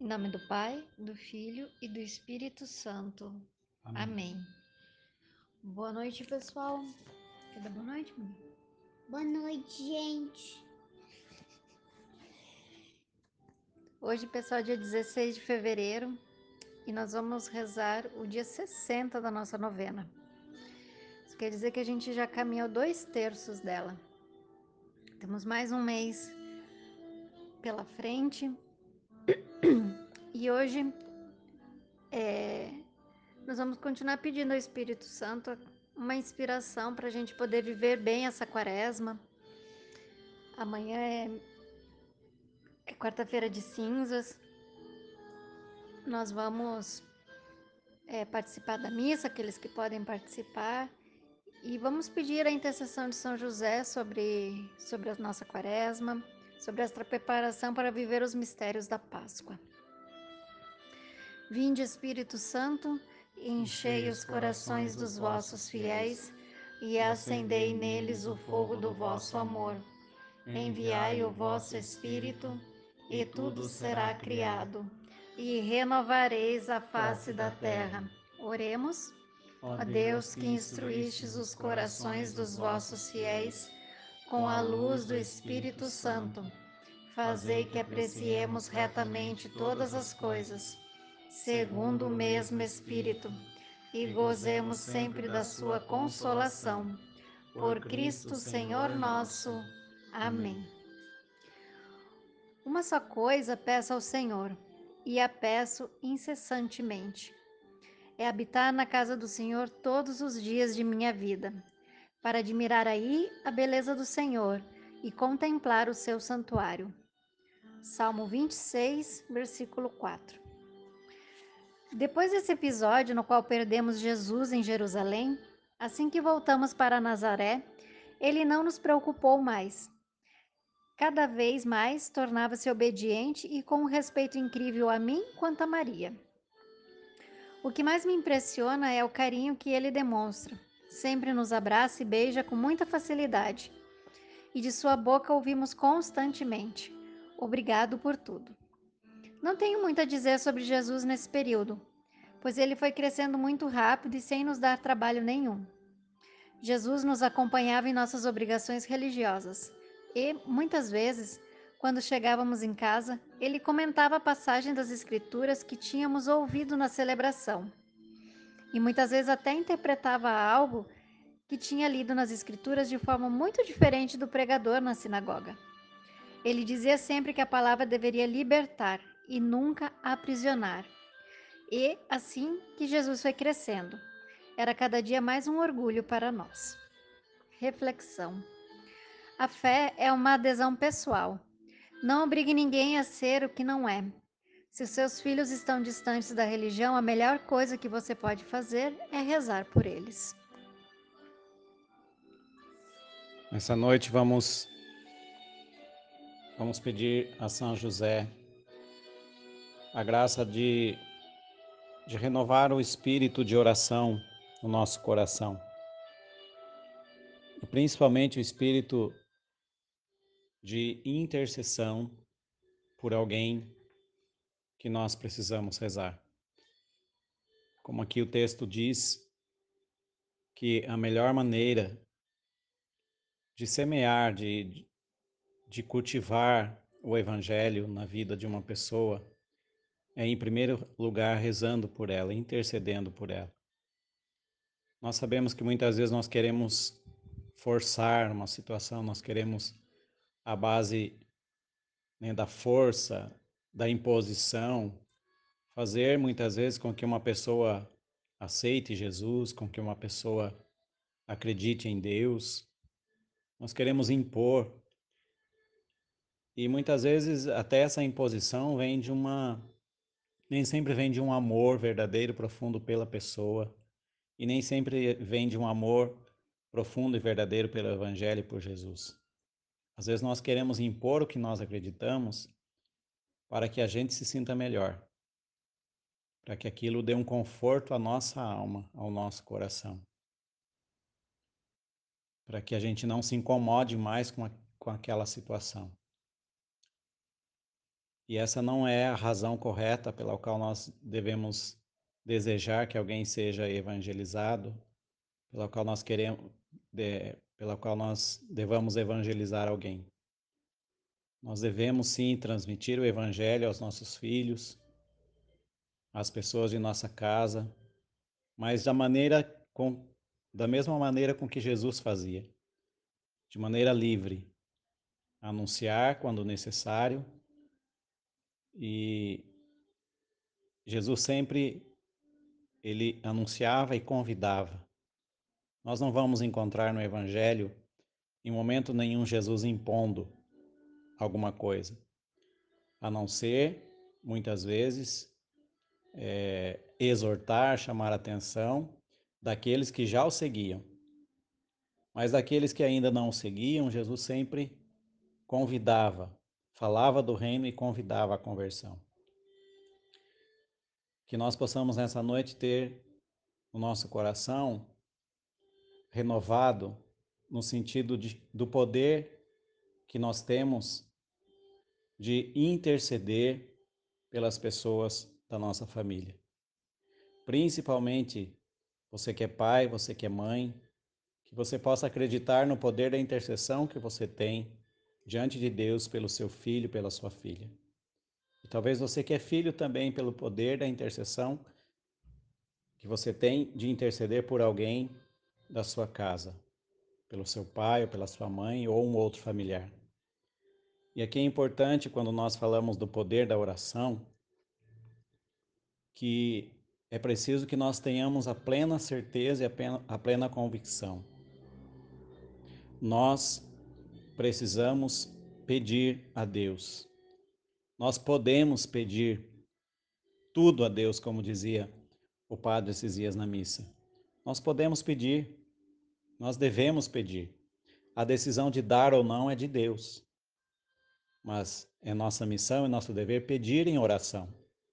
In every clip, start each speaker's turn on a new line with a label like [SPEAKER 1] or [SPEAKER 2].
[SPEAKER 1] Em nome do Pai, do Filho e do Espírito Santo.
[SPEAKER 2] Amém.
[SPEAKER 1] Amém. Boa noite, pessoal. Quer dar boa noite, mãe?
[SPEAKER 3] Boa noite, gente.
[SPEAKER 1] Hoje, pessoal, é dia 16 de fevereiro e nós vamos rezar o dia 60 da nossa novena. Isso quer dizer que a gente já caminhou 2/3 dela. Temos mais um mês pela frente e hoje nós vamos continuar pedindo ao Espírito Santo uma inspiração para a gente poder viver bem essa quaresma. Amanhã é quarta-feira de cinzas. Nós vamos participar da missa, aqueles que podem participar, e vamos pedir a intercessão de São José sobre a nossa quaresma, sobre esta preparação para viver os mistérios da Páscoa. Vinde, Espírito Santo, enchei os corações dos vossos fiéis e acendei neles o fogo do vosso amor. Enviai o vosso Espírito, e tudo será criado, e renovareis a face da terra. Oremos. Ó Deus, que instruístes os corações dos vossos fiéis com a luz do Espírito Santo, fazei que apreciemos retamente todas as coisas, segundo o mesmo Espírito, e gozemos sempre da sua consolação. Por Cristo Senhor nosso. Amém. Uma só coisa peço ao Senhor, e a peço incessantemente: é habitar na casa do Senhor todos os dias de minha vida, para admirar aí a beleza do Senhor e contemplar o seu santuário. Salmo 26, versículo 4. Depois desse episódio no qual perdemos Jesus em Jerusalém, assim que voltamos para Nazaré, ele não nos preocupou mais. Cada vez mais tornava-se obediente e com um respeito incrível a mim quanto a Maria. O que mais me impressiona é o carinho que ele demonstra. Sempre nos abraça e beija com muita facilidade. E de sua boca ouvimos constantemente: obrigado por tudo. Não tenho muito a dizer sobre Jesus nesse período, pois ele foi crescendo muito rápido e sem nos dar trabalho nenhum. Jesus nos acompanhava em nossas obrigações religiosas e, muitas vezes, quando chegávamos em casa, ele comentava a passagem das Escrituras que tínhamos ouvido na celebração. E muitas vezes até interpretava algo que tinha lido nas Escrituras de forma muito diferente do pregador na sinagoga. Ele dizia sempre que a palavra deveria libertar e nunca aprisionar. E assim que Jesus foi crescendo, era cada dia mais um orgulho para nós. Reflexão: a fé é uma adesão pessoal. Não obrigue ninguém a ser o que não é. Se os seus filhos estão distantes da religião, a melhor coisa que você pode fazer é rezar por eles.
[SPEAKER 2] Nessa noite vamos pedir a São José a graça de renovar o espírito de oração no nosso coração. E principalmente o espírito de intercessão por alguém que nós precisamos rezar. Como aqui o texto diz, que a melhor maneira de semear, de cultivar o evangelho na vida de uma pessoa é, em primeiro lugar, rezando por ela, intercedendo por ela. Nós sabemos que muitas vezes nós queremos forçar uma situação, nós queremos a base, né, da força, da imposição, fazer muitas vezes com que uma pessoa aceite Jesus, com que uma pessoa acredite em Deus. Nós queremos impor. E muitas vezes até essa imposição nem sempre vem de um amor verdadeiro, profundo pela pessoa, e nem sempre vem de um amor profundo e verdadeiro pelo Evangelho e por Jesus. Às vezes nós queremos impor o que nós acreditamos para que a gente se sinta melhor, para que aquilo dê um conforto à nossa alma, ao nosso coração, para que a gente não se incomode mais com aquela situação. E essa não é a razão correta pela qual nós devemos desejar que alguém seja evangelizado, pela qual nós pela qual nós devamos evangelizar alguém. Nós devemos sim transmitir o evangelho aos nossos filhos, às pessoas de nossa casa, mas da mesma maneira com que Jesus fazia, de maneira livre, anunciar quando necessário. E Jesus sempre ele anunciava e convidava. Nós não vamos encontrar no Evangelho, em momento nenhum, Jesus impondo alguma coisa, a não ser, muitas vezes, exortar, chamar a atenção daqueles que já o seguiam. Mas daqueles que ainda não o seguiam, Jesus sempre convidava, falava do reino e convidava a conversão. Que nós possamos nessa noite ter o nosso coração renovado no sentido do poder que nós temos de interceder pelas pessoas da nossa família. Principalmente você que é pai, você que é mãe, que você possa acreditar no poder da intercessão que você tem diante de Deus pelo seu filho, pela sua filha. E talvez você que é filho também pelo poder da intercessão que você tem de interceder por alguém da sua casa, pelo seu pai ou pela sua mãe ou um outro familiar. E aqui é importante, quando nós falamos do poder da oração, que é preciso que nós tenhamos a plena certeza e a plena convicção. Nós precisamos pedir a Deus. Nós podemos pedir tudo a Deus, como dizia o padre esses dias na missa. Nós podemos pedir, nós devemos pedir. A decisão de dar ou não é de Deus. Mas é nossa missão e nosso dever pedir em oração.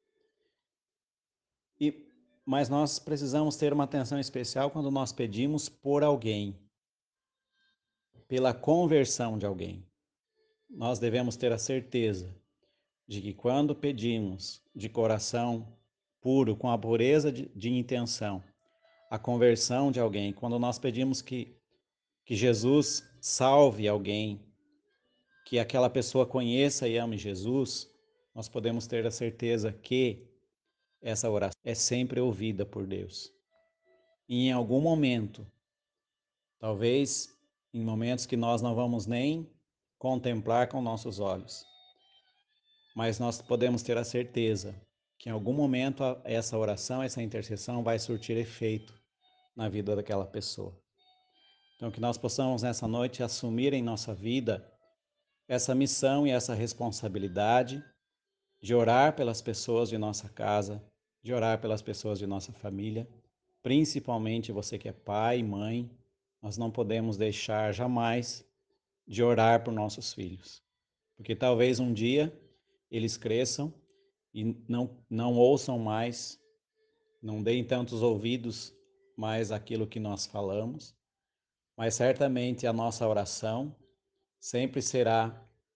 [SPEAKER 2] Mas nós precisamos ter uma atenção especial quando nós pedimos por alguém, pela conversão de alguém. Nós devemos ter a certeza de que quando pedimos de coração puro, com a pureza de intenção, a conversão de alguém, quando nós pedimos que Jesus salve alguém, que aquela pessoa conheça e ame Jesus, nós podemos ter a certeza que essa oração é sempre ouvida por Deus. E em algum momento, talvez em momentos que nós não vamos nem contemplar com nossos olhos, mas nós podemos ter a certeza que em algum momento essa oração, essa intercessão vai surtir efeito na vida daquela pessoa. Então, que nós possamos nessa noite assumir em nossa vida essa missão e essa responsabilidade de orar pelas pessoas de nossa casa, de orar pelas pessoas de nossa família, principalmente você que é pai, mãe. Nós não podemos deixar jamais de orar por nossos filhos, porque talvez um dia eles cresçam e não ouçam mais, não deem tantos ouvidos mais àquilo que nós falamos, mas certamente a nossa oração sempre será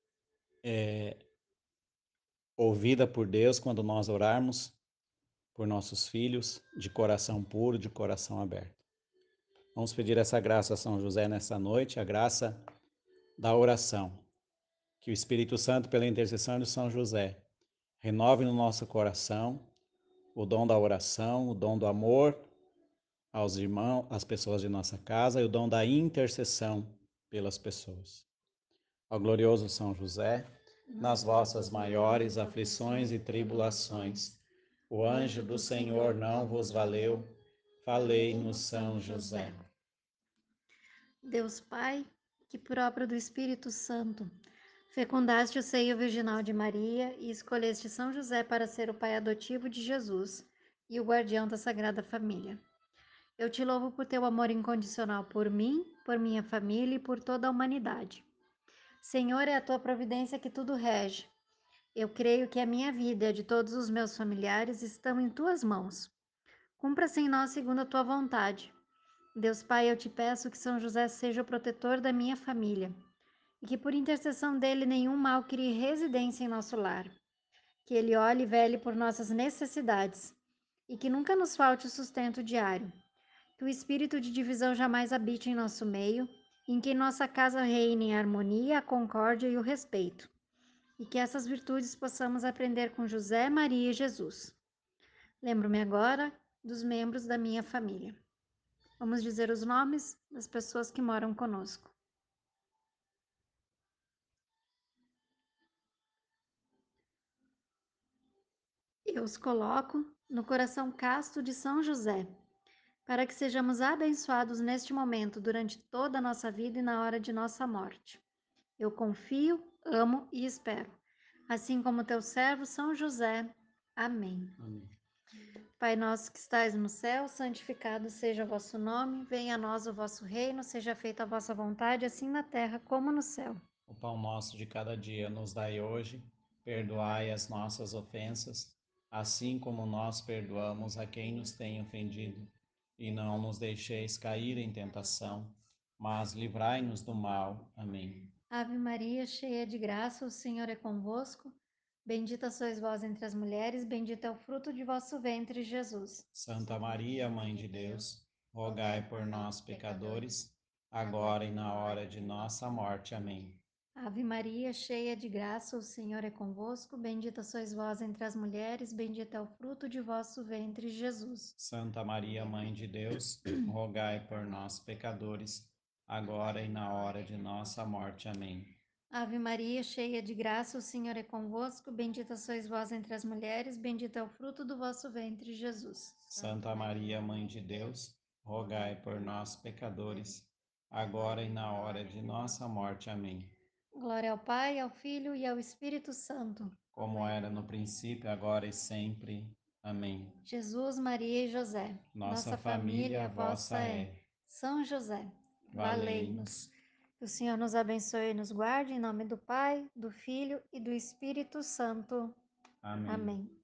[SPEAKER 2] ouvida por Deus quando nós orarmos por nossos filhos de coração puro, de coração aberto. Vamos pedir essa graça a São José nessa noite, a graça da oração. Que o Espírito Santo, pela intercessão de São José, renove no nosso coração o dom da oração, o dom do amor aos irmãos, às pessoas de nossa casa e o dom da intercessão pelas pessoas. Ao glorioso São José, nas vossas maiores aflições e tribulações, o anjo do Senhor não vos valeu, falei-nos São José.
[SPEAKER 1] Deus Pai, que por obra do Espírito Santo fecundaste o seio virginal de Maria e escolheste São José para ser o pai adotivo de Jesus e o guardião da Sagrada Família. Eu te louvo por teu amor incondicional por mim, por minha família e por toda a humanidade. Senhor, é a tua providência que tudo rege. Eu creio que a minha vida e a de todos os meus familiares estão em tuas mãos. Cumpra-se em nós segundo a tua vontade. Deus Pai, eu te peço que São José seja o protetor da minha família e que por intercessão dele nenhum mal crie residência em nosso lar. que Ele olhe e vele por nossas necessidades e que nunca nos falte o sustento diário. Que o espírito de divisão jamais habite em nosso meio, em que em nossa casa reine a harmonia, a concórdia e o respeito. E que essas virtudes possamos aprender com José, Maria e Jesus. Lembro-me agora dos membros da minha família. Vamos dizer os nomes das pessoas que moram conosco. Eu os coloco no coração casto de São José, para que sejamos abençoados neste momento, durante toda a nossa vida e na hora de nossa morte. Eu confio, amo e espero, assim como teu servo São José. Amém.
[SPEAKER 2] Amém.
[SPEAKER 1] Pai nosso que estais no céu, santificado seja o vosso nome, venha a nós o vosso reino, seja feita a vossa vontade, assim na terra como no céu.
[SPEAKER 2] O pão nosso de cada dia nos dai hoje, perdoai as nossas ofensas, assim como nós perdoamos a quem nos tem ofendido. E não nos deixeis cair em tentação, mas livrai-nos do mal. Amém.
[SPEAKER 1] Ave Maria, cheia de graça, o Senhor é convosco. Bendita sois vós entre as mulheres, bendito é o fruto de vosso ventre, Jesus.
[SPEAKER 2] Santa Maria, Mãe de Deus, rogai por nós, pecadores, agora e na hora de nossa morte. Amém.
[SPEAKER 1] Ave Maria, cheia de graça, o Senhor é convosco. Bendita sois vós entre as mulheres, bendito é o fruto de vosso ventre, Jesus.
[SPEAKER 2] Santa Maria, Mãe de Deus, rogai por nós, pecadores, agora e na hora de nossa morte. Amém.
[SPEAKER 1] Ave Maria, cheia de graça, o Senhor é convosco. Bendita sois vós entre as mulheres, bendito é o fruto do vosso ventre, Jesus.
[SPEAKER 2] Santa Maria, Mãe de Deus, rogai por nós, pecadores, agora e na hora de nossa morte. Amém.
[SPEAKER 1] Glória ao Pai, ao Filho e ao Espírito Santo.
[SPEAKER 2] Como era no princípio, agora e sempre. Amém.
[SPEAKER 1] Jesus, Maria e José,
[SPEAKER 2] Nossa família, vossa é.
[SPEAKER 1] São José, valei-nos.
[SPEAKER 2] Valei-nos.
[SPEAKER 1] Que o Senhor nos abençoe e nos guarde, em nome do Pai, do Filho e do Espírito Santo.
[SPEAKER 2] Amém.
[SPEAKER 1] Amém.